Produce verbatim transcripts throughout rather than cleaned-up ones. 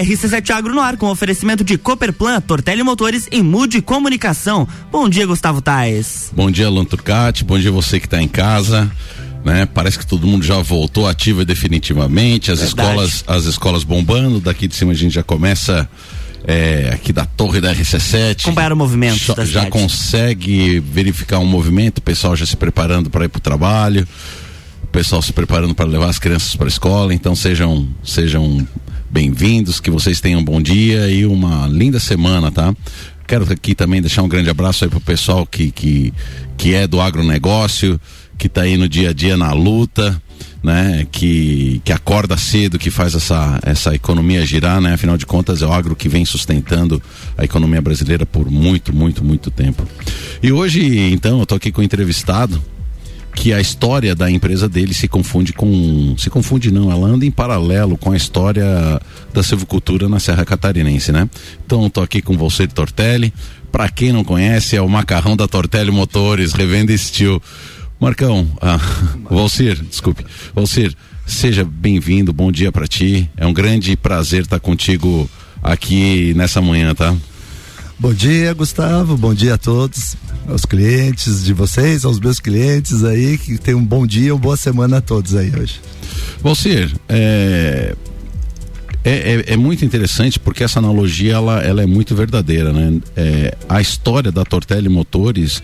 R C sete Agro no ar com oferecimento de Cooperplan, Tortelli Motores e Mude Comunicação. Bom dia, Gustavo Tais. Bom dia, Alan Turcati. Bom dia você que está em casa. Né? Parece que todo mundo já voltou ativa definitivamente. As Verdade. escolas, as escolas bombando. Daqui de cima a gente já começa é, aqui da torre da R C sete. Acompanhar o movimento. Já, da já consegue verificar um movimento. O pessoal já se preparando para ir para o trabalho. O pessoal se preparando para levar as crianças para a escola. Então sejam, sejam bem-vindos. Que vocês tenham um bom dia e uma linda semana, tá? Quero aqui também deixar um grande abraço aí pro pessoal que, que, que é do agronegócio, que tá aí no dia a dia na luta, né? Que, que acorda cedo, que faz essa, essa economia girar, né? Afinal de contas é o agro que vem sustentando a economia brasileira por muito, muito, muito tempo. E hoje, então, eu tô aqui com o entrevistado, que a história da empresa dele se confunde com, se confunde não, ela anda em paralelo com a história da silvicultura na Serra Catarinense, né? Então tô aqui com você, Tortelli. Pra quem não conhece, é o macarrão da Tortelli Motores, revenda Steel. Marcão, ah, Valcir, desculpe, Valcir, seja bem-vindo, bom dia pra ti, é um grande prazer estar contigo aqui nessa manhã, tá? Bom dia, Gustavo, bom dia a todos, aos clientes de vocês, aos meus clientes aí, que tenham um bom dia, uma boa semana a todos aí hoje. Valcir, é, é, é, é muito interessante porque essa analogia, ela, ela é muito verdadeira, né? É, a história da Tortelli Motores,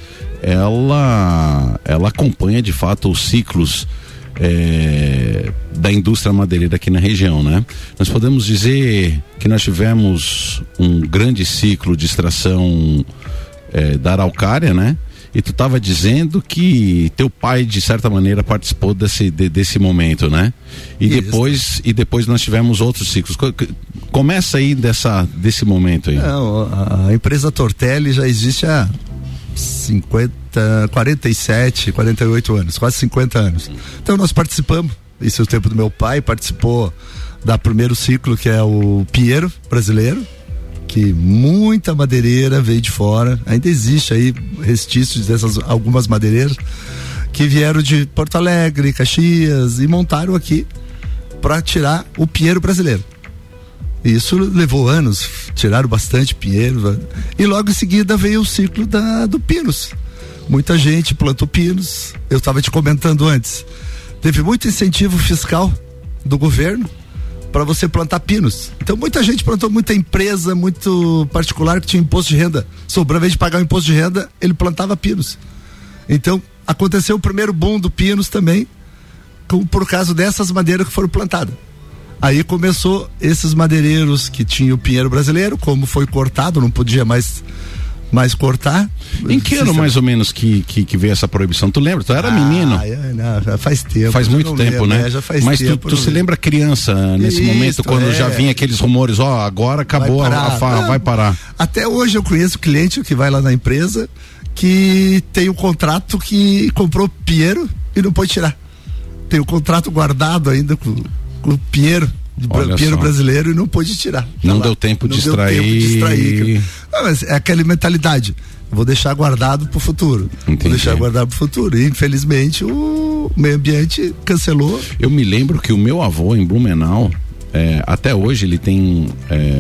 ela, ela acompanha de fato os ciclos É, da indústria madeireira aqui na região, né? Nós podemos dizer que nós tivemos um grande ciclo de extração é, da araucária, né? E tu estava dizendo que teu pai de certa maneira participou desse, de, desse momento, né? E Isso. depois e depois nós tivemos outros ciclos. Começa aí dessa, desse momento aí. Não, a, a empresa Tortelli já existe há cinquenta, quarenta e sete, quarenta e oito anos, quase cinquenta anos. Então nós participamos, isso é o tempo do meu pai, participou da primeiro ciclo, que é o Pinheiro brasileiro, que muita madeireira veio de fora, ainda existe aí restícios dessas algumas madeireiras que vieram de Porto Alegre, Caxias e montaram aqui para tirar o pinheiro brasileiro. Isso levou anos, tiraram bastante pinheiro e logo em seguida veio o ciclo da, do pinos. Muita gente plantou pinos, eu estava te comentando antes, teve muito incentivo fiscal do governo para você plantar pinos. Então muita gente plantou, muita empresa, muito particular que tinha imposto de renda, sobrando, ao invés de pagar o imposto de renda, ele plantava pinos. Então aconteceu o primeiro boom do pinos também, com, por causa dessas madeiras que foram plantadas. Aí começou esses madeireiros que tinham o pinheiro brasileiro, como foi cortado, não podia mais, mais cortar. Em que ano mais ou menos que, que, que veio essa proibição? Tu lembra? Tu era ah, menino? Não, faz tempo. Faz muito tempo, lembro, né? É, já faz Mas tempo, tu, tu se lembra criança nesse Isso, momento, quando é. já vinha aqueles rumores, ó, oh, agora acabou, vai parar. A, a, não, vai parar. Até hoje eu conheço cliente que vai lá na empresa que tem um contrato que comprou pinheiro e não pode tirar. Tem o um contrato guardado ainda com o pinheiro, de pinheiro brasileiro, e não pôde tirar. Não deu tempo de extrair. Não deu tempo de extrair. Não, mas é aquela mentalidade. Vou deixar guardado pro futuro. Entendi. Vou deixar guardado pro futuro. E infelizmente o meio ambiente cancelou. Eu me lembro que o meu avô em Blumenau, é, até hoje ele tem,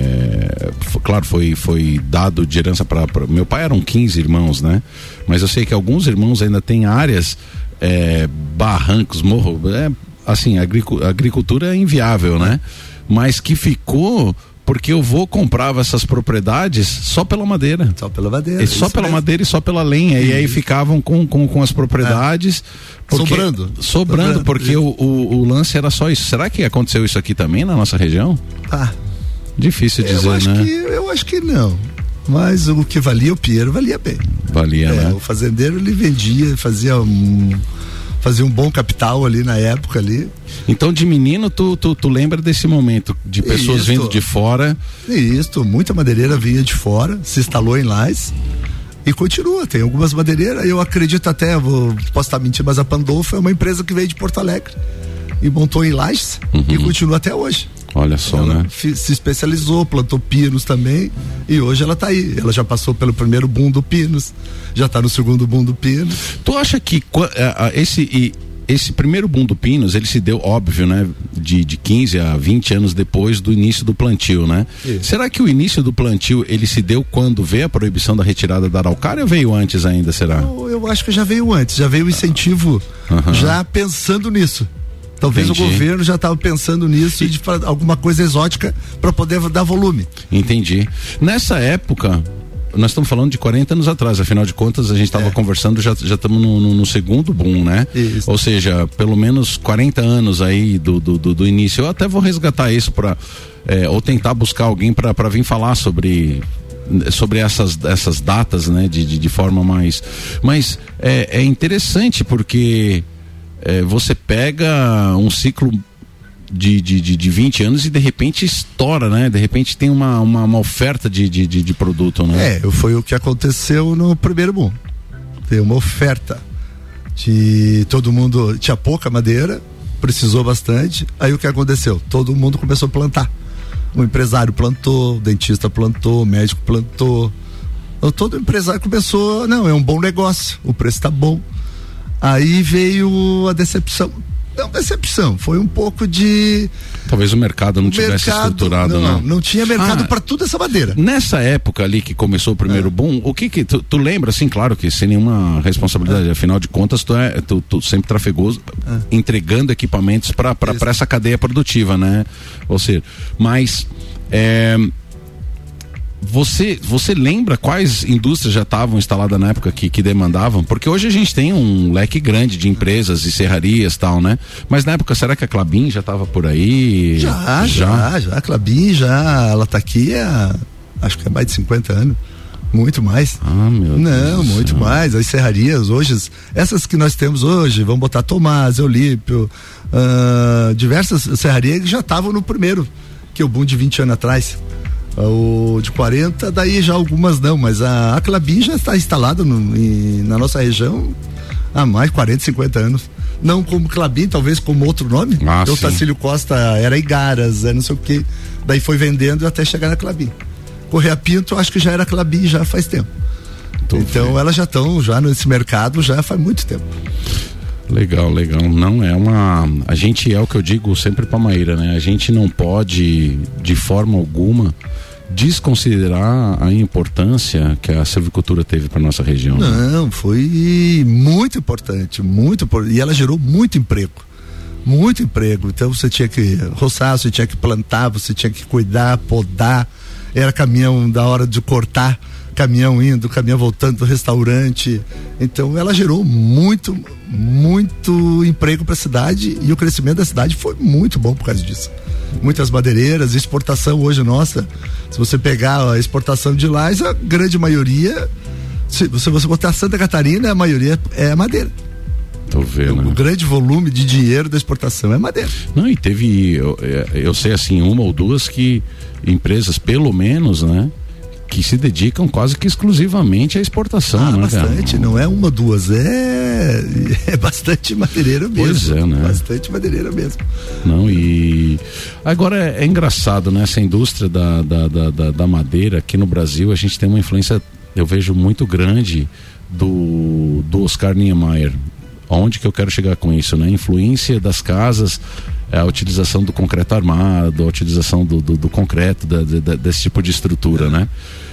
é, f- claro, foi, foi dado de herança para. Meu pai eram quinze irmãos, né? Mas eu sei que alguns irmãos ainda têm áreas, é, barrancos, morro. É, assim, a agricultura é inviável, né? Mas que ficou porque o vô comprava essas propriedades só pela madeira. Só pela madeira. E só pela mesmo. madeira e só pela lenha. E, e aí ficavam com, com, com as propriedades. É. Porque, sobrando. Sobrando, sobrando porque o, o, o lance era só isso. Será que aconteceu isso aqui também na nossa região? Ah. Difícil eu dizer, acho né? Que, eu acho que não. Mas o que valia, o pinheiro valia bem. Valia, é, né? O fazendeiro, ele vendia, fazia um... fazia um bom capital ali na época ali. Então de menino tu, tu, tu lembra desse momento de pessoas Isto. vindo de fora? Isso, muita madeireira vinha de fora, se instalou em Lages e continua, tem algumas madeireiras, eu acredito até, vou, posso estar mentindo, mas a Pandolfo é uma empresa que veio de Porto Alegre e montou em Lages uhum. e continua até hoje. Olha só, ela né? F- se especializou, plantou pinos também e hoje ela tá aí. Ela já passou pelo primeiro boom do pinos, já tá no segundo boom do pinos. Tu acha que esse, e, esse primeiro boom do Pinos, ele se deu, óbvio, né? De, de quinze a vinte anos depois do início do plantio, né? Isso. Será que o início do plantio, ele se deu quando veio a proibição da retirada da araucária ou veio antes ainda, será? Eu, eu acho que já veio antes, já veio o incentivo, uhum. já pensando nisso. Talvez Entendi. O governo já estava pensando nisso e de alguma coisa exótica para poder dar volume. Entendi. Nessa época, nós estamos falando de quarenta anos atrás, afinal de contas a gente estava é. conversando, já já estamos no, no, no segundo boom, né? Isso. Ou seja, pelo menos quarenta anos aí do, do, do, do início. Eu até vou resgatar isso para é, ou tentar buscar alguém para vir falar sobre sobre essas, essas datas, né? De, de, de forma mais, mas é, é interessante porque é, você pega um ciclo De, de, de, de vinte anos e de repente estoura, né? De repente tem uma, uma, uma oferta de, de, de, de produto, né? É, foi o que aconteceu no primeiro boom. Tem uma oferta de todo mundo, tinha pouca madeira, precisou bastante, aí o que aconteceu? Todo mundo começou a plantar. O empresário plantou, o dentista plantou, o médico plantou. Então, todo empresário começou, não, é um bom negócio, o preço tá bom. Aí veio a decepção. Não, decepção, foi um pouco de... Talvez o mercado não tivesse mercado, estruturado, não, né? Não, não tinha mercado ah, para toda essa madeira. Nessa época ali que começou o primeiro é. boom, o que que, tu, tu lembra, assim, claro que sem nenhuma responsabilidade, é. afinal de contas tu é, tu, tu sempre trafegou é. entregando equipamentos para para essa cadeia produtiva, né? Ou seja, mas... É, Você, você lembra quais indústrias já estavam instaladas na época que, que demandavam? Porque hoje a gente tem um leque grande de empresas e serrarias e tal, né? Mas na época, será que a Klabin já estava por aí? Já, já, já, já. A Klabin já, ela tá aqui há, acho que é mais de cinquenta anos. Muito mais. Ah, meu Deus. Não, muito céu. mais. As serrarias hoje, essas que nós temos hoje, vamos botar Tomás, Eulípio, uh, diversas serrarias que já estavam no primeiro, que é o boom de vinte anos atrás. O de quarenta, daí já algumas não, mas a, a Klabin já está instalada no, em, na nossa região há mais de quarenta, cinquenta anos. Não como Klabin, talvez como outro nome. Ah, o Tacílio Costa era Igaras, é não sei o que. Daí foi vendendo até chegar na Klabin. Correia Pinto, acho que já era Klabin já faz tempo. Tô então vendo. Elas já estão já nesse mercado já faz muito tempo. Legal, legal. Não é uma. A gente é o que eu digo sempre pra Maíra, né? A gente não pode, de forma alguma, desconsiderar a importância que a silvicultura teve para nossa região. Não, né? Foi muito importante, muito importante. E ela gerou muito emprego. Muito emprego. Então você tinha que roçar, você tinha que plantar, você tinha que cuidar, podar. Era caminhão da hora de cortar, caminhão indo, caminhão voltando do restaurante. Então ela gerou muito, muito emprego para a cidade e o crescimento da cidade foi muito bom por causa disso. Muitas madeireiras, exportação hoje nossa, se você pegar a exportação de lá, a grande maioria, se você, você botar Santa Catarina, a maioria é madeira. Tô vendo. O, o grande volume de dinheiro da exportação é madeira. Não, e teve, eu, eu sei assim, uma ou duas que empresas, pelo menos, né, que se dedicam quase que exclusivamente à exportação, ah, né? Bastante, cara? Não é uma, duas, é, é bastante madeireira mesmo. Pois é, né? Bastante madeireira mesmo. Não, e agora é, é engraçado, né? Essa indústria da, da, da, da, da madeira aqui no Brasil, a gente tem uma influência, eu vejo muito grande do, do Oscar Niemeyer. Onde que eu quero chegar com isso, né? Influência das casas, a utilização do concreto armado, a utilização do, do, do concreto, da, da, desse tipo de estrutura, né?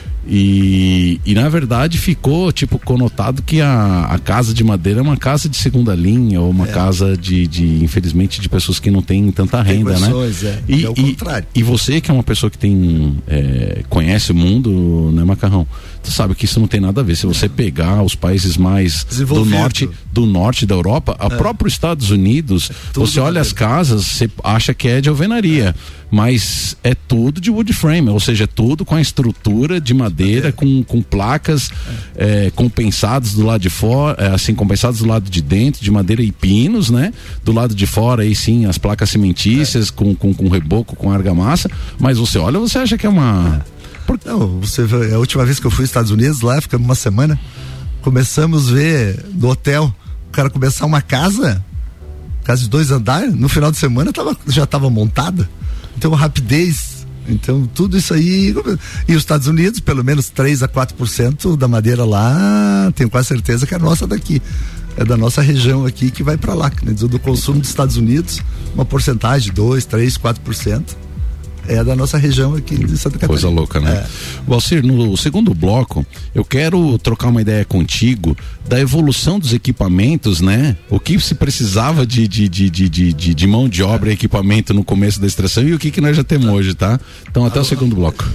E, e na verdade ficou tipo conotado que a, a casa de madeira é uma casa de segunda linha ou uma é. casa de, de, infelizmente, de pessoas que não têm tanta renda, tem pessoas, né? É. E, é o contrário. E, e você que é uma pessoa que tem é, conhece o mundo, né, Macarrão? Tu sabe que isso não tem nada a ver. Se você pegar os países mais do norte, do norte da Europa, a é. próprio Estados Unidos, é você olha as casas, você acha que é de alvenaria. É. Mas é tudo de wood frame, ou seja, é tudo com a estrutura de madeira, é. com, com placas é. É, compensadas do lado de fora, é, assim, compensadas do lado de dentro, de madeira e pinos, né? Do lado de fora, aí sim, as placas cimentícias, é. com, com, com reboco, com argamassa, mas você olha, você acha que é uma... É. Por... Não, você, a última vez que eu fui aos Estados Unidos, lá ficamos uma semana, começamos a ver no hotel, o cara começar uma casa, casa de dois andares, no final de semana tava, já estava montada. Então, rapidez, então tudo isso aí, e os Estados Unidos, pelo menos três a quatro por cento da madeira lá, tenho quase certeza que é nossa daqui. é da nossa região aqui que vai para lá, né? Do consumo dos Estados Unidos, uma porcentagem de dois, três, quatro por cento é da nossa região aqui de Santa Catarina. Coisa louca, né? É. Valcir, no segundo bloco, eu quero trocar uma ideia contigo da evolução dos equipamentos, né? O que se precisava de, de, de, de, de, de mão de obra e equipamento no começo da extração e o que que nós já temos hoje, tá? Então até o segundo bloco.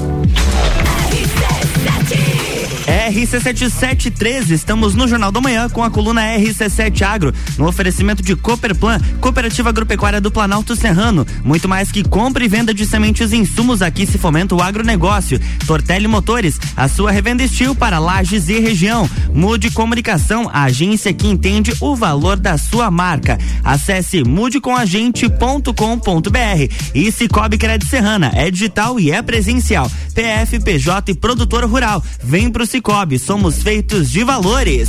R C sete sete treze, estamos no Jornal da Manhã com a coluna R C sete Agro, no oferecimento de Cooperplan, Cooperativa Agropecuária do Planalto Serrano. Muito mais que compra e venda de sementes e insumos, aqui se fomenta o agronegócio. Tortelli Motores, a sua revenda Estil para Lages e região. Mude Comunicação, a agência que entende o valor da sua marca. Acesse mude com a gente ponto com ponto b r. E Cicobi Crédito Serrana, é digital e é presencial. P F, P J e produtor rural. Vem pro Cicobi, somos feitos de valores.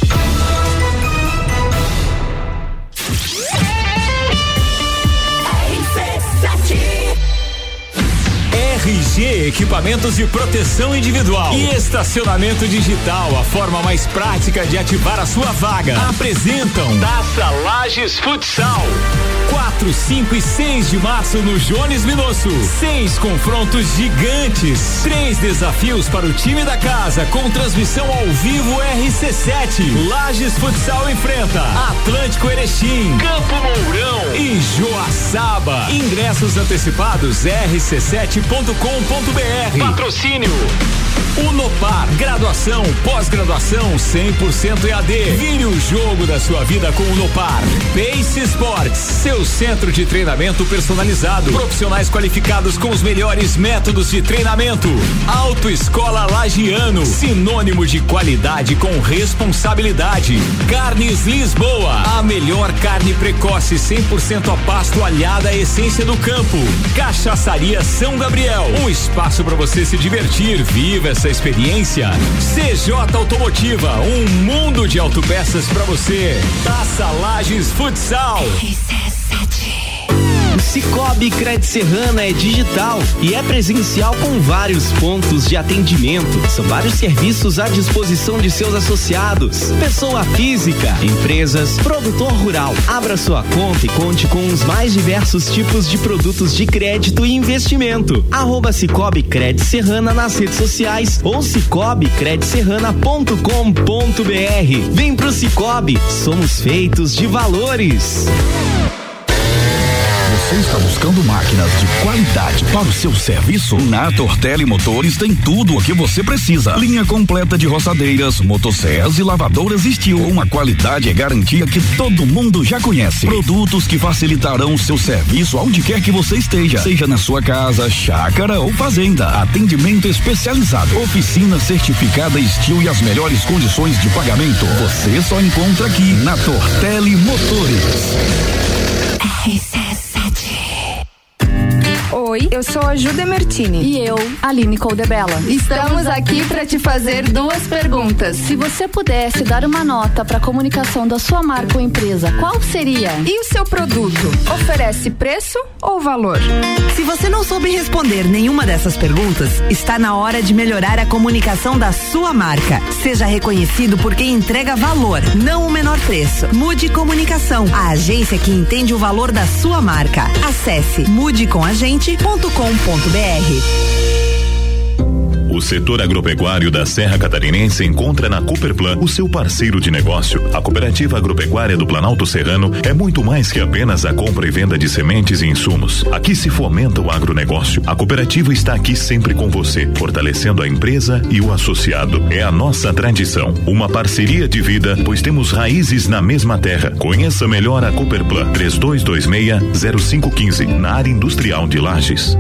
R G Equipamentos de Proteção Individual e Estacionamento Digital, a forma mais prática de ativar a sua vaga. Apresentam Taça Lages Futsal. quatro, cinco e seis de março no Jones Minosso. Seis confrontos gigantes. Três desafios para o time da casa com transmissão ao vivo R C sete. Lages Futsal enfrenta Atlântico Erechim, Campo Mourão e Joaçaba. Ingressos antecipados r c sete ponto com ponto b r. Patrocínio Unopar, graduação, pós-graduação cem por cento E A D. Vire o jogo da sua vida com o Unopar. Pace Sports, seu centro de treinamento personalizado. Profissionais qualificados com os melhores métodos de treinamento. Autoescola Lagiano, sinônimo de qualidade com responsabilidade. Carnes Lisboa, a melhor carne precoce cem por cento a pasto alhada à essência do campo. Cachaçaria São Gabriel, um espaço para você se divertir. Viva essa experiência. C J Automotiva, um mundo de autopeças para você. Taça Lages Futsal. O Cicobi Crédito Serrana é digital e é presencial com vários pontos de atendimento. São vários serviços à disposição de seus associados. Pessoa física, empresas, produtor rural. Abra sua conta e conte com os mais diversos tipos de produtos de crédito e investimento. Arroba Cicobi Crédito Serrana nas redes sociais ou cicobi crédito serrana ponto com ponto b r. Vem pro Cicobi, somos feitos de valores. Você está buscando máquinas de qualidade para o seu serviço? Na Tortelli Motores tem tudo o que você precisa. Linha completa de roçadeiras, motosserras e lavadoras Estil. Uma qualidade e garantia que todo mundo já conhece. Produtos que facilitarão o seu serviço aonde quer que você esteja. Seja na sua casa, chácara ou fazenda. Atendimento especializado. Oficina certificada Estil e as melhores condições de pagamento. Você só encontra aqui na Tortelli Motores. Oi, eu sou a Ju Demertini. E eu, Aline Coldebella. Estamos aqui para te fazer duas perguntas. Se você pudesse dar uma nota para a comunicação da sua marca ou empresa, qual seria? E o seu produto? Oferece preço ou valor? Se você não soube responder nenhuma dessas perguntas, está na hora de melhorar a comunicação da sua marca. Seja reconhecido por quem entrega valor, não o menor preço. Mude Comunicação, a agência que entende o valor da sua marca. Acesse mude com a gente ponto com ponto b r. O setor agropecuário da Serra Catarinense encontra na Cooperplan o seu parceiro de negócio. A Cooperativa Agropecuária do Planalto Serrano é muito mais que apenas a compra e venda de sementes e insumos. Aqui se fomenta o agronegócio. A cooperativa está aqui sempre com você, fortalecendo a empresa e o associado. É a nossa tradição, uma parceria de vida, pois temos raízes na mesma terra. Conheça melhor a Cooperplan. três dois dois seis zero cinco um cinco, na área industrial de Lages.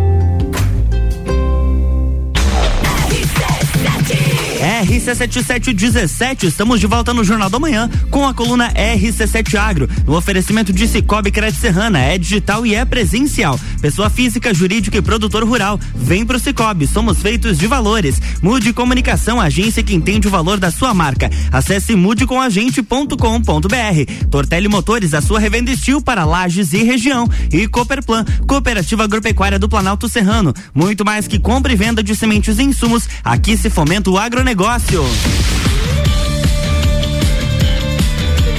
R C sete sete dezessete, estamos de volta no Jornal da Manhã com a coluna R C sete Agro, no oferecimento de Cicobi Crédito Serrana, é digital e é presencial. Pessoa física, jurídica e produtor rural, vem pro Cicobi, somos feitos de valores. Mude Comunicação, agência que entende o valor da sua marca. Acesse mude com a gente ponto com ponto b r. Tortelli Motores, a sua revenda Estil para Lages e região. E Cooperplan, Cooperativa Agropecuária do Planalto Serrano. Muito mais que compra e venda de sementes e insumos, aqui se fomenta o agronegócio.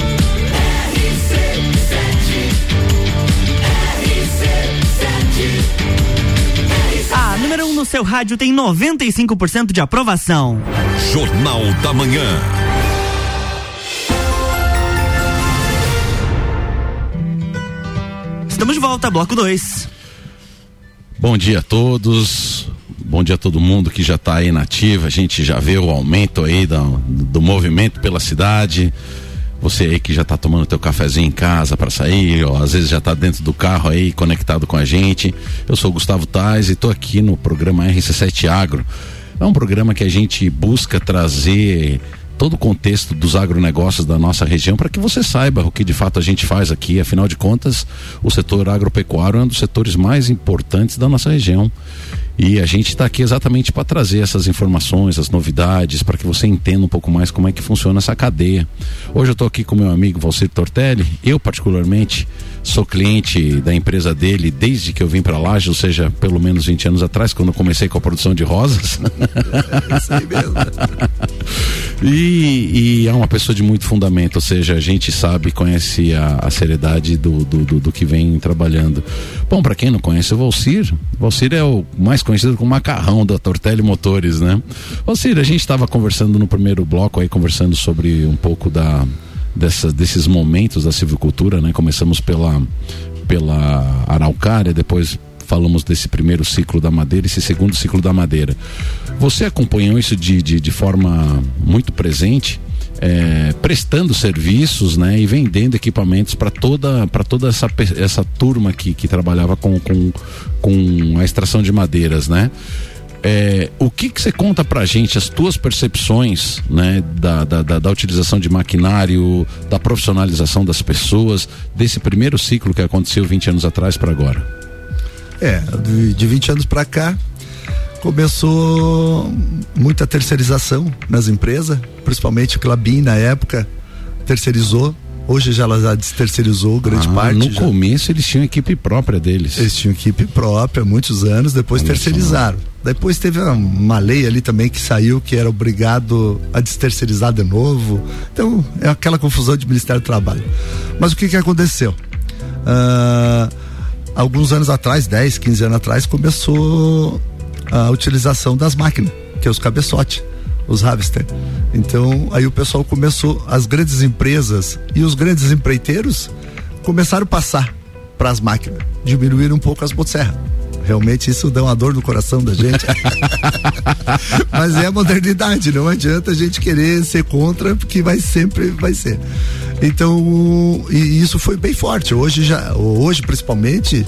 número um no seu rádio tem noventa e cinco por cento de aprovação. Jornal da Manhã. Estamos de volta, bloco dois. Bom dia a todos. Bom dia a todo mundo que já está aí na ativa. A gente já vê o aumento aí do, do movimento pela cidade. Você aí que já está tomando teu cafezinho em casa para sair, ou às vezes já está dentro do carro aí conectado com a gente. Eu sou o Gustavo Tais e estou aqui no programa R C sete Agro. É um programa que a gente busca trazer todo o contexto dos agronegócios da nossa região para que você saiba o que de fato a gente faz aqui. Afinal de contas, o setor agropecuário é um dos setores mais importantes da nossa região. E a gente está aqui exatamente para trazer essas informações, as novidades, para que você entenda um pouco mais como é que funciona essa cadeia. Hoje eu estou aqui com meu amigo Valcir Tortelli. Eu, particularmente, sou cliente da empresa dele desde que eu vim para Lages, ou seja, pelo menos vinte anos atrás, quando eu comecei com a produção de rosas. É isso aí mesmo. E, e é uma pessoa de muito fundamento, ou seja, a gente sabe, conhece a, a seriedade do, do, do, do que vem trabalhando. Bom, para quem não conhece o Valcir, o Valcir é o mais conhecido como macarrão da Tortelli Motores, né? Valcir, a gente estava conversando no primeiro bloco aí, conversando sobre um pouco da, dessa, desses momentos da silvicultura, né? Começamos pela, pela araucária, depois falamos desse primeiro ciclo da madeira, esse segundo ciclo da madeira. Você acompanhou isso de, de, de forma muito presente, é, prestando serviços, né, e vendendo equipamentos para toda, para toda essa, essa turma que, que trabalhava com, com, com a extração de madeiras, né? É, o que que você conta pra gente, as tuas percepções, né, da, da, da, da utilização de maquinário, da profissionalização das pessoas, desse primeiro ciclo que aconteceu vinte anos atrás para agora? É, de, de vinte anos para cá começou muita terceirização nas empresas, principalmente o Klabin na época terceirizou. Hoje já ela já desterceirizou grande ah, parte. No já. começo eles tinham equipe própria deles. Eles tinham equipe própria, muitos anos, depois Olha terceirizaram. Só. Depois teve uma lei ali também que saiu que era obrigado a desterceirizar de novo. Então é aquela confusão de Ministério do Trabalho. Mas o que que aconteceu? Ah, alguns anos atrás, dez, quinze anos atrás, começou a utilização das máquinas, que é os cabeçotes, os harvester. Então, aí o pessoal começou, as grandes empresas e os grandes empreiteiros começaram a passar para as máquinas, diminuíram um pouco as motosserras. Realmente isso dá uma dor no coração da gente. Mas é a modernidade, não adianta a gente querer ser contra, porque vai sempre vai ser. Então, e isso foi bem forte. Hoje já, hoje principalmente,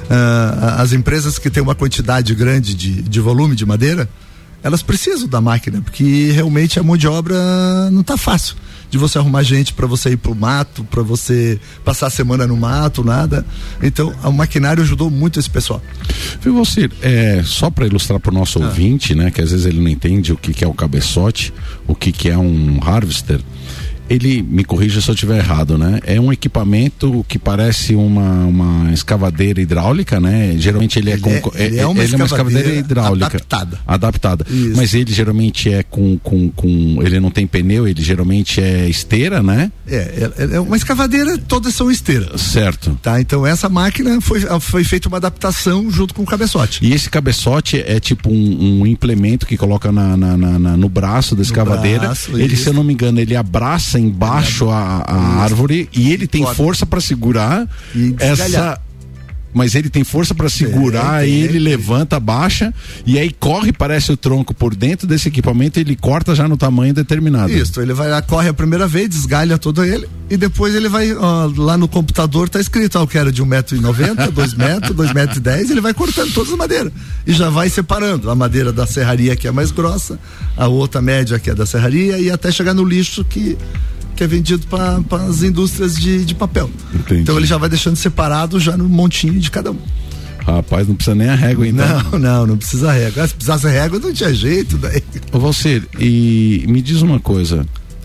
uh, as empresas que têm uma quantidade grande de, de volume de madeira, elas precisam da máquina, porque realmente a mão de obra não tá fácil de você arrumar gente para você ir pro mato, para você passar a semana no mato, nada. Então, o maquinário ajudou muito esse pessoal. Viu, Valcir, é, só para ilustrar pro nosso ah. ouvinte, né, que às vezes ele não entende o que que é o cabeçote, o que que é um harvester. Ele, me corrija se eu estiver errado, né? É um equipamento que parece uma, uma escavadeira hidráulica, né? Geralmente ele é ele com... É, ele é, uma, ele escavadeira é uma escavadeira hidráulica. Adaptada. Adaptada. Isso. Mas ele geralmente é com, com, com... Ele não tem pneu, ele geralmente é esteira, né? É, é, é uma escavadeira, todas são esteira. Certo. Tá, então essa máquina foi, foi feita uma adaptação junto com o cabeçote. E esse cabeçote é tipo um, um implemento que coloca na, na, na, na, no braço da escavadeira. Braço, ele, isso. Se eu não me engano, ele abraça embaixo a, a árvore e ele tem força para segurar essa, mas ele tem força para segurar, é, é, ele é, levanta, baixa e aí corre, parece o tronco por dentro desse equipamento, ele corta já no tamanho determinado. Isso, ele vai lá, corre a primeira vez, desgalha todo ele e depois ele vai, ó, lá no computador tá escrito, ó, eu quero de um metro e noventa, dois metros, dois metros e dez, ele vai cortando todas as madeiras e já vai separando a madeira da serraria que é mais grossa, a outra média que é da serraria e até chegar no lixo que que é vendido para as indústrias de, de papel. Entendi. Então ele já vai deixando separado já no montinho de cada um. Rapaz, não precisa nem a régua então. Não, não, não precisa régua. Se precisasse régua não tinha jeito daí. Ô Valcir, e me diz uma coisa,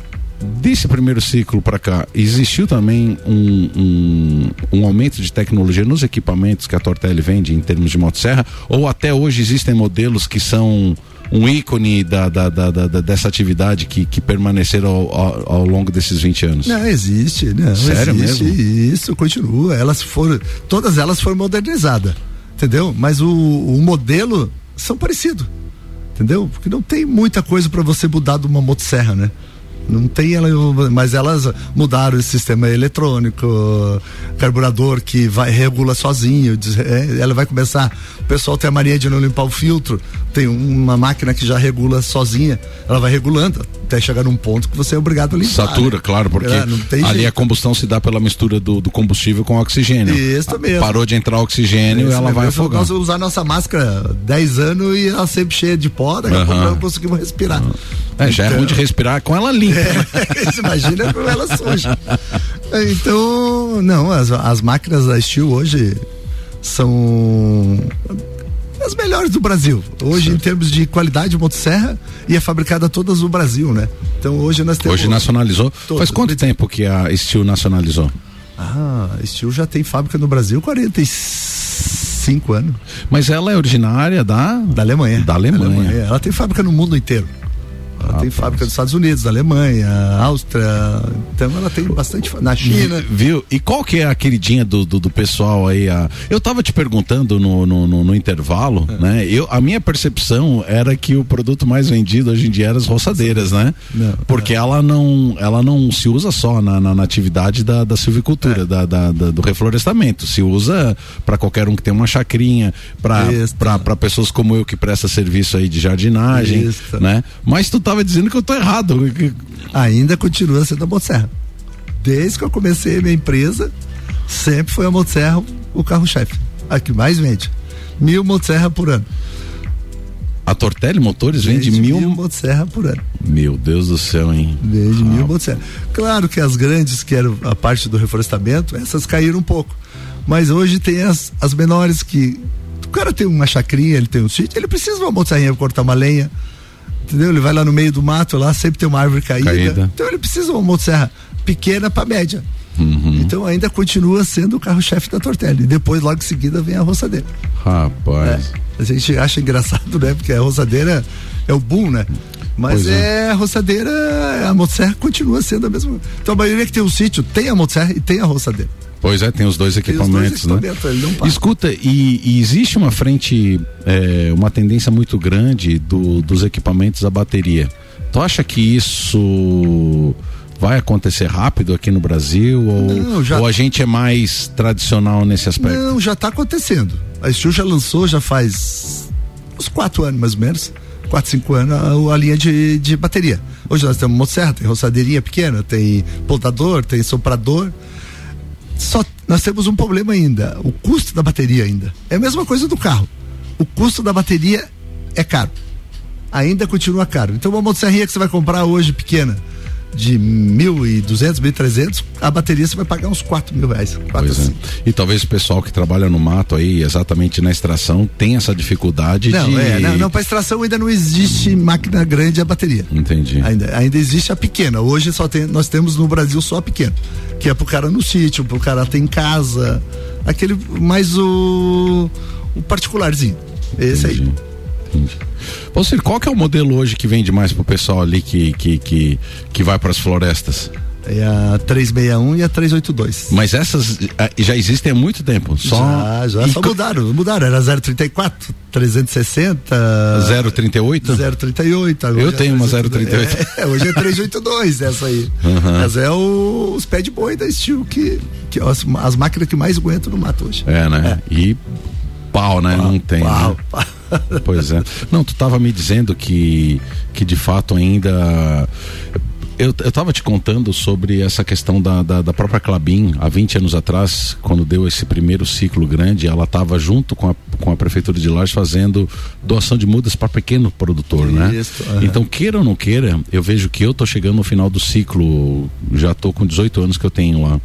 desse primeiro ciclo para cá, existiu também um, um, um aumento de tecnologia nos equipamentos que a Tortelli vende em termos de motosserra, ou até hoje existem modelos que são um ícone da, da, da, da, dessa atividade que, que permaneceram ao, ao, ao longo desses vinte anos? Não, existe, não. Sério existe, mesmo? Isso, continua. Elas foram, todas elas foram modernizadas, entendeu? Mas o, o modelo são parecidos, entendeu? Porque não tem muita coisa para você mudar de uma motosserra, né? Não tem ela, mas elas mudaram o sistema eletrônico, carburador que vai, regula sozinho, é, ela vai começar, o pessoal tem a mania de não limpar o filtro, tem uma máquina que já regula sozinha, ela vai regulando até chegar num ponto que você é obrigado a limpar. Satura, né? Claro, porque é, ali jeito. A combustão se dá pela mistura do, do combustível com o oxigênio. Isso mesmo. Parou de entrar oxigênio, Isso ela mesmo. vai afogar. Nós usar nossa máscara dez anos e ela sempre cheia de pó, daqui a pouco não conseguimos respirar. É, já então, é ruim de respirar com ela limpa. É, imagina com ela suja. Então, não, as, as máquinas da Steel hoje são as melhores do Brasil. Hoje, certo. Em termos de qualidade de motosserra, e é fabricada todas no Brasil, né? Então hoje nós temos. Hoje nacionalizou. Todas. Faz quanto tempo que a Steel nacionalizou? Ah, a Steel já tem fábrica no Brasil quarenta e cinco anos. Mas ela é originária da. Da Alemanha. Da Alemanha. Da Alemanha. Ela tem fábrica no mundo inteiro. Ela ah, tem fábrica dos Estados Unidos, da Alemanha, Áustria, então ela tem bastante na China. Viu? E qual que é a queridinha do, do, do pessoal aí? A... Eu tava te perguntando no, no, no, no intervalo, é. né? Eu, a minha percepção era que o produto mais vendido hoje em dia era as roçadeiras, né? Não, Porque é. ela, não, ela não se usa só na, na, na atividade da, da silvicultura, é. da, da, da, do reflorestamento. Se usa para qualquer um que tem uma chacrinha, para pessoas como eu que presta serviço aí de jardinagem, Isso. né? Mas tu tá estava dizendo que eu tô errado. Ainda continua sendo a motosserra. Desde que eu comecei a minha empresa, sempre foi a motosserra o carro-chefe. A que mais vende. Mil motosserra por ano. A Tortelli Motores vende, vende mil... mil motosserra por ano. Meu Deus do céu, hein? Vende ah. mil motosserra. Claro que as grandes, que eram a parte do reflorestamento, essas caíram um pouco. Mas hoje tem as, as menores que... O cara tem uma chacrinha, ele tem um sítio, ele precisa de uma motosserrinha para cortar uma lenha. Entendeu? Ele vai lá no meio do mato, lá sempre tem uma árvore caída. caída. Então ele precisa de uma motosserra pequena para média. Uhum. Então ainda continua sendo o carro-chefe da Tortelli. E depois, logo em seguida, vem a roçadeira. Rapaz. É, a gente acha engraçado, né? Porque a roçadeira é o boom, né? Mas é. é a roçadeira, a motosserra continua sendo a mesma. Então a maioria que tem um sítio tem a motosserra e tem a roçadeira. Pois é, tem os dois equipamentos, os dois equipamentos, né? Ele não Escuta, e, e existe uma frente, é, uma tendência muito grande do, dos equipamentos à bateria. Tu acha que isso vai acontecer rápido aqui no Brasil? Ou, não, já... ou a gente é mais tradicional nesse aspecto? Não, já está acontecendo. A Steel já lançou, já faz uns quatro anos mais ou menos, quatro, cinco anos, a, a linha de, de bateria. Hoje nós temos motosserra, tem roçadeirinha pequena, tem podador, tem soprador. Só nós temos um problema ainda, o custo da bateria ainda. É a mesma coisa do carro. O custo da bateria é caro. Ainda continua caro. Então uma motosserrinha que você vai comprar hoje pequena, de mil e duzentos, mil e trezentos, a bateria você vai pagar uns quatro mil reais. Quatro, é. E talvez o pessoal que trabalha no mato aí, exatamente na extração, tem essa dificuldade não, de... É, não, não, para extração ainda não existe máquina grande a bateria. Entendi. Ainda, ainda existe a pequena. Hoje só tem, nós temos no Brasil só a pequena, que é pro cara no sítio, pro cara ter em casa, aquele mais o, o particularzinho. Esse Entendi. aí. Entendi. Você, qual que é o modelo hoje que vende mais pro pessoal ali que, que, que, que vai para as florestas? É a trezentos e sessenta e um e a trezentos e oitenta e dois. Mas essas já existem há muito tempo. Só... Já, já, só mudaram, mudaram. Era zero trinta e quatro, trezentos e sessenta. zero trinta e oito? zero trinta e oito. Eu é tenho uma zero trinta e oito. É, hoje é trezentos e oitenta e dois essa aí. Uhum. Mas é o, os pé de boi da Steel que, que as, as máquinas que mais aguentam no mato hoje. É, né? É. E pau, né? Pau, Não tem. Pau, né? pau. Pois é. Não, tu tava me dizendo que, que de fato ainda... Eu, eu tava te contando sobre essa questão da, da, da própria Klabin, há vinte anos atrás, quando deu esse primeiro ciclo grande, ela estava junto com a, com a Prefeitura de Lages fazendo doação de mudas para pequeno produtor, Isso, né? Uhum. Então, queira ou não queira, eu vejo que eu tô chegando no final do ciclo, já tô com dezoito anos que eu tenho lá.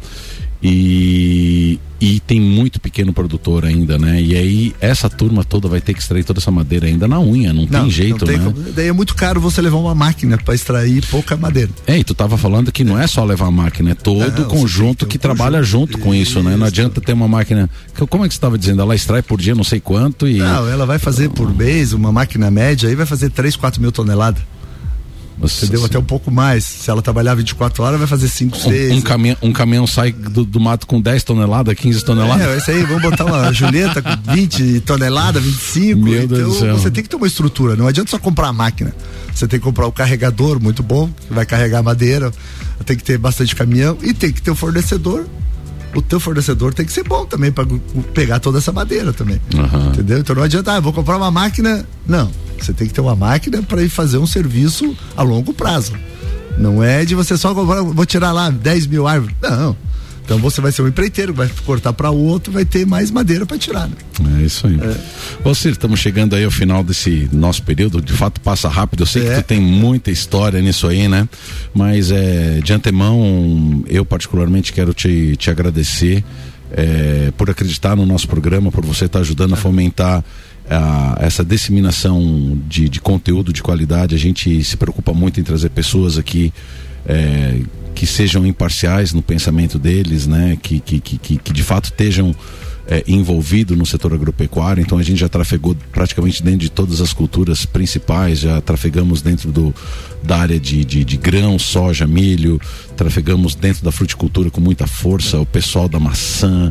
E, e tem muito pequeno produtor ainda, né? E aí essa turma toda vai ter que extrair toda essa madeira ainda na unha, não, não tem jeito, não tem, né? Daí é muito caro você levar uma máquina para extrair pouca madeira. É, e tu tava falando que não é só levar a máquina, é todo o conjunto que, que trabalha conjunto. junto com isso, isso, né? Não adianta ter uma máquina, como é que você estava dizendo? Ela extrai por dia não sei quanto e... Não, ela vai fazer por mês, uma máquina média aí vai fazer três, quatro mil toneladas. Nossa, entendeu? sim. Até um pouco mais. Se ela trabalhar vinte e quatro horas, vai fazer cinco, seis. Um, um, caminhão, um caminhão sai do, do mato com dez toneladas, quinze toneladas. É, esse aí, vamos botar uma Julieta com vinte toneladas, vinte e cinco. Meu então, Deus do céu. Você tem que ter uma estrutura. Não adianta só comprar a máquina. Você tem que comprar o carregador muito bom, que vai carregar madeira. Tem que ter bastante caminhão e tem que ter o fornecedor. O teu fornecedor tem que ser bom também para pegar toda essa madeira também. Uhum. Entendeu? Então não adianta, ah, vou comprar uma máquina. Não. Você tem que ter uma máquina para ir fazer um serviço a longo prazo. Não é de você só comprar, vou tirar lá dez mil árvores. Não. Então você vai ser um empreiteiro, vai cortar para o outro, vai ter mais madeira para tirar, né? É isso aí. É. Ô Ciro, estamos chegando aí ao final desse nosso período, de fato passa rápido, eu sei é. que tu tem muita história nisso aí, né? Mas é, de antemão, eu particularmente quero te, te agradecer é, por acreditar no nosso programa, por você estar tá ajudando a fomentar a, essa disseminação de, de conteúdo de qualidade. A gente se preocupa muito em trazer pessoas aqui é, que sejam imparciais no pensamento deles, né? Que, que, que, que de fato estejam é, envolvidos no setor agropecuário. Então a gente já trafegou praticamente dentro de todas as culturas principais, já trafegamos dentro do, da área de, de, de grão, soja, milho, trafegamos dentro da fruticultura com muita força, o pessoal da maçã,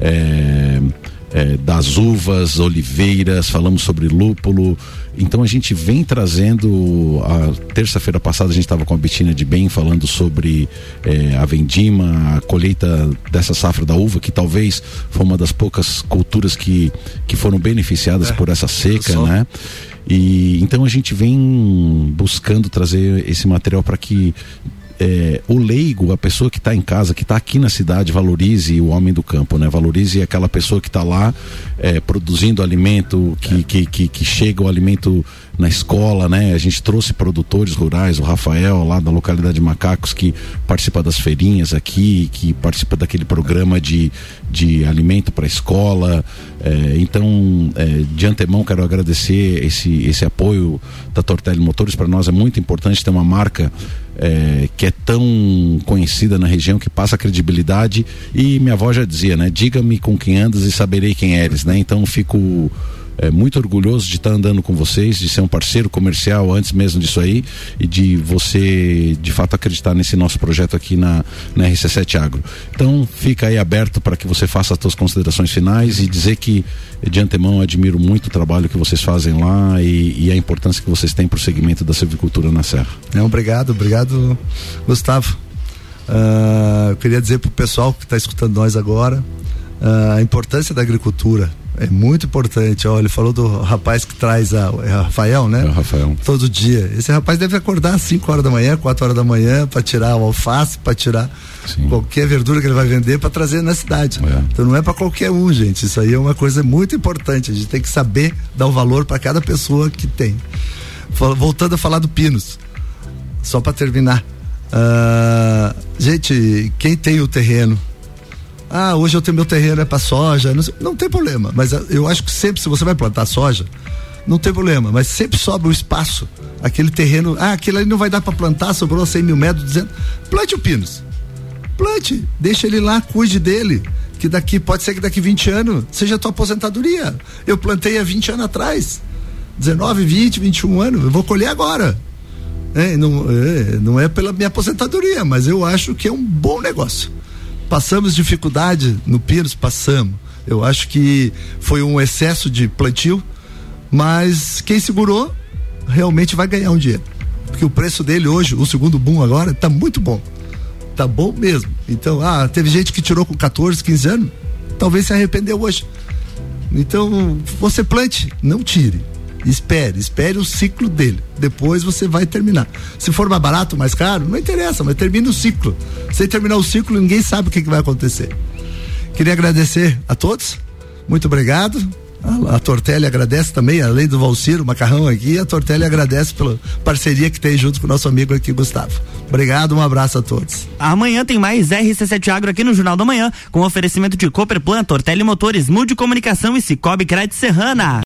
é, é, das uvas, oliveiras, falamos sobre lúpulo. Então a gente vem trazendo, a terça-feira passada a gente estava com a Betina de Bem falando sobre eh, a vendima, a colheita dessa safra da uva, que talvez foi uma das poucas culturas que, que foram beneficiadas é, por essa seca, né? E então a gente vem buscando trazer esse material para que É, o leigo, a pessoa que está em casa, que está aqui na cidade, valorize o homem do campo, né? Valorize aquela pessoa que está lá é, produzindo alimento, que, é. que, que, que chega o alimento na escola, né? A gente trouxe produtores rurais, o Rafael lá da localidade de Macacos, que participa das feirinhas aqui, que participa daquele programa de, de alimento para a escola. É, então, é, de antemão quero agradecer esse, esse apoio da Tortelli Motores. Para nós é muito importante ter uma marca É, que é tão conhecida na região, que passa credibilidade, e minha avó já dizia, né? Diga-me com quem andas e saberei quem eres, né? Então fico é, muito orgulhoso de estar andando com vocês, de ser um parceiro comercial antes mesmo disso aí, e de você de fato acreditar nesse nosso projeto aqui na, na R C sete Agro. Então fica aí aberto para que você faça as suas considerações finais e dizer que de antemão eu admiro muito o trabalho que vocês fazem lá e, e a importância que vocês têm para o segmento da silvicultura na Serra. É, obrigado, obrigado, Gustavo. Uh, eu queria dizer para o pessoal que está escutando nós agora uh, a importância da agricultura. É muito importante. Ó, ele falou do rapaz que traz a, é Rafael, né? É o Rafael. Todo dia. Esse rapaz deve acordar às cinco horas da manhã, quatro horas da manhã, para tirar o alface, para tirar Sim. qualquer verdura que ele vai vender para trazer na cidade. É. Então não é para qualquer um, gente. Isso aí é uma coisa muito importante. A gente tem que saber dar o valor para cada pessoa que tem. Voltando a falar do Pinos, só para terminar. Uh, gente, quem tem o terreno, ah, hoje eu tenho meu terreno, é para soja, não, não tem problema, mas eu acho que sempre, se você vai plantar soja, não tem problema, mas sempre sobra o espaço, aquele terreno, ah, aquele ali não vai dar para plantar, sobrou cem mil metros, dizendo, plante o Pinos, plante, deixa ele lá, cuide dele, que daqui, pode ser que daqui vinte anos seja a tua aposentadoria. Eu plantei há vinte anos atrás, dezenove, vinte, vinte e um anos, eu vou colher agora. É, não, é, não é pela minha aposentadoria, mas eu acho que é um bom negócio. Passamos dificuldade no Pinos, passamos. Eu acho que foi um excesso de plantio, mas quem segurou realmente vai ganhar um dinheiro. Porque o preço dele hoje, o segundo boom agora, tá muito bom. Tá bom mesmo. Então, ah, teve gente que tirou com quatorze, quinze anos, talvez se arrependeu hoje. Então, você plante, não tire. Espere, espere o ciclo dele. Depois você vai terminar. Se for mais barato, mais caro, não interessa, mas termina o ciclo. Sem terminar o ciclo, ninguém sabe o que, que vai acontecer. Queria agradecer a todos. Muito obrigado. A, a Tortelli agradece também, além do Valciro, o macarrão aqui, a Tortelli agradece pela parceria que tem junto com o nosso amigo aqui, Gustavo. Obrigado, um abraço a todos. Amanhã tem mais R C sete Agro aqui no Jornal da Manhã, com oferecimento de Cooperplan, Tortelli Motores, Mude Comunicação e Cicobi Crédito Serrana.